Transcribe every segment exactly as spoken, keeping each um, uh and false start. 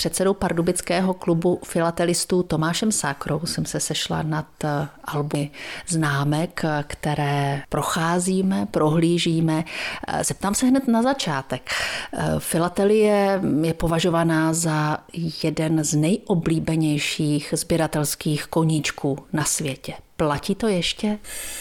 předsedou pardubického klubu filatelistů Tomášem Sákrou jsem se sešla nad albumy známek, které procházíme, prohlížíme. Zeptám se hned na začátek. Filatelie je považovaná za jeden z nejoblíbenějších sběratelských koníčků na světě. Platí to ještě?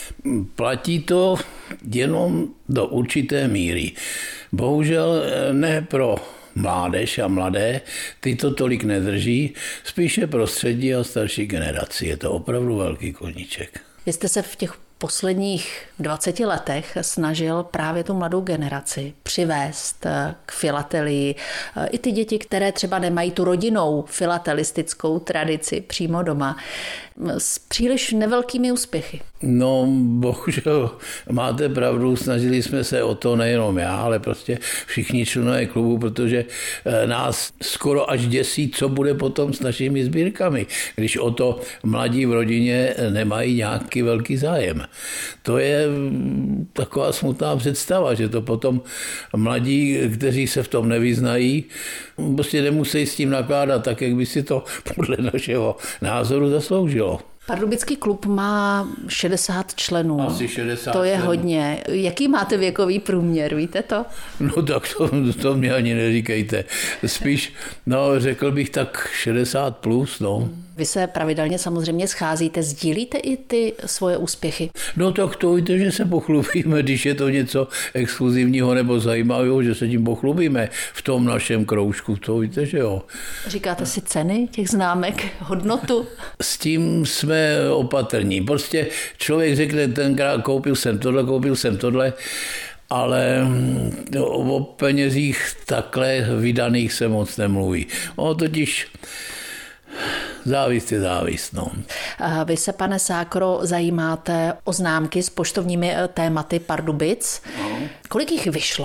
Platí to jenom do určité míry. Bohužel ne pro mládež a mladé, ty to tolik nedrží, spíše pro střední a starší generaci. Je to opravdu velký koníček. Vy jste se v těch posledních dvaceti letech snažil právě tu mladou generaci přivést k filatelii. I ty děti, které třeba nemají tu rodinnou filatelistickou tradici přímo doma, s příliš nevelkými úspěchy. No, bohužel máte pravdu, snažili jsme se o to nejenom já, ale prostě všichni členové klubu, protože nás skoro až děsí, co bude potom s našimi sbírkami, když o to mladí v rodině nemají nějaký velký zájem. To je taková smutná představa, že to potom mladí, kteří se v tom nevyznají, prostě nemusí s tím nakládat tak, jak by si to podle našeho názoru zasloužilo. Pardubický klub má šedesát členů. Asi šedesát To je členů. Hodně. Jaký máte věkový průměr, víte to? No tak to, to mě ani neříkejte. Spíš, no řekl bych tak šedesát plus, no. Vy se pravidelně samozřejmě scházíte, sdílíte i ty svoje úspěchy? No tak to víte, že se pochlubíme, když je to něco exkluzivního nebo zajímavého, že se tím pochlubíme v tom našem kroužku, to víte, že jo. Říkáte si ceny těch známek, hodnotu? S tím jsme opatrní. Prostě člověk řekne, tenkrát koupil jsem tohle, koupil jsem tohle, ale o penězích takhle vydaných se moc nemluví. O totiž závist je závist, no. Vy se, pane Sákro, zajímáte o známky s poštovními tématy Pardubic. No. Kolik jich vyšlo?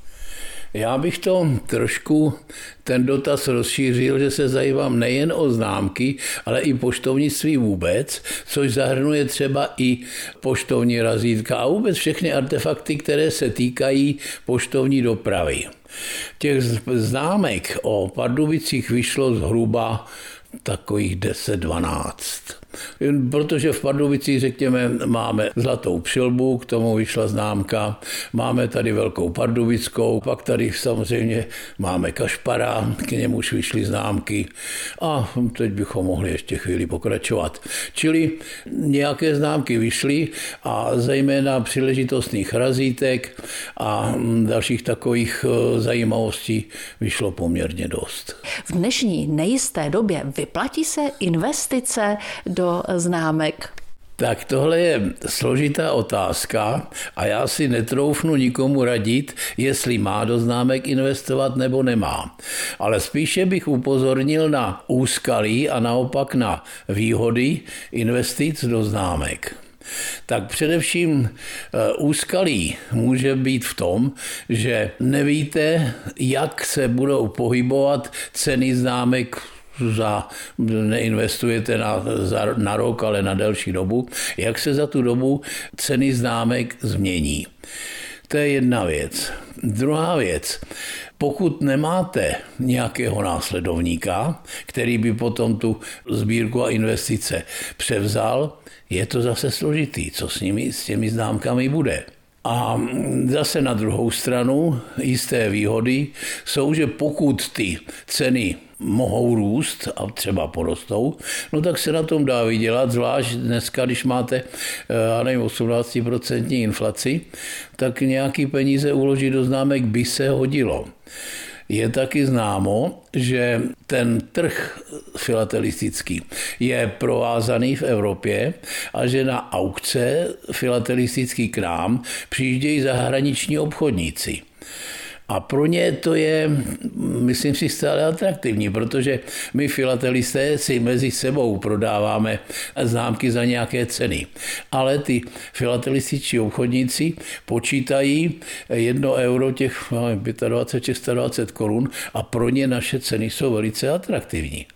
Já bych to trošku ten dotaz rozšířil, že se zajímám nejen o známky, ale i poštovnictví vůbec, což zahrnuje třeba i poštovní razítka a vůbec všechny artefakty, které se týkají poštovní dopravy. Těch známek o Pardubicích vyšlo zhruba takových deset dvanáct. Protože v Pardubicích, řekněme, máme Zlatou přilbu, k tomu vyšla známka, máme tady Velkou Pardubickou, pak tady samozřejmě máme Kašpara, k němuž vyšly známky a teď bychom mohli ještě chvíli pokračovat. Čili nějaké známky vyšly a zejména příležitostných razítek a dalších takových zajímavostí vyšlo poměrně dost. V dnešní nejisté době vyplatí se investice do známek? Tak tohle je složitá otázka a já si netroufnu nikomu radit, jestli má do známek investovat nebo nemá. Ale spíše bych upozornil na úskalí a naopak na výhody investic do známek. Tak především úskalí může být v tom, že nevíte, jak se budou pohybovat ceny známek za, neinvestujete na, za, na rok, ale na delší dobu, jak se za tu dobu ceny známek změní. To je jedna věc. Druhá věc, pokud nemáte nějakého následovníka, který by potom tu sbírku a investice převzal, je to zase složitý, co s nimi, s těmi známkami bude. A zase na druhou stranu jisté výhody jsou, že pokud ty ceny mohou růst a třeba porostou, no tak se na tom dá vydělat, zvlášť dneska, když máte, já nevím, osmnáct procent inflaci, tak nějaký peníze uložit do známek by se hodilo. Je taky známo, že ten trh filatelistický je provázaný v Evropě a že na aukce filatelistický k nám přijíždějí zahraniční obchodníci. A pro ně to je, myslím si, stále atraktivní, protože my filatelisté si mezi sebou prodáváme známky za nějaké ceny. Ale ty filatelističtí obchodníci počítají jedno euro těch dvacet pět až dvacet šest korun a pro ně naše ceny jsou velice atraktivní.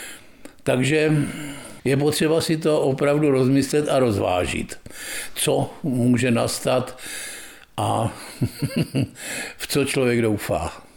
Takže je potřeba si to opravdu rozmyslet a rozvážit, co může nastat a v co člověk doufá.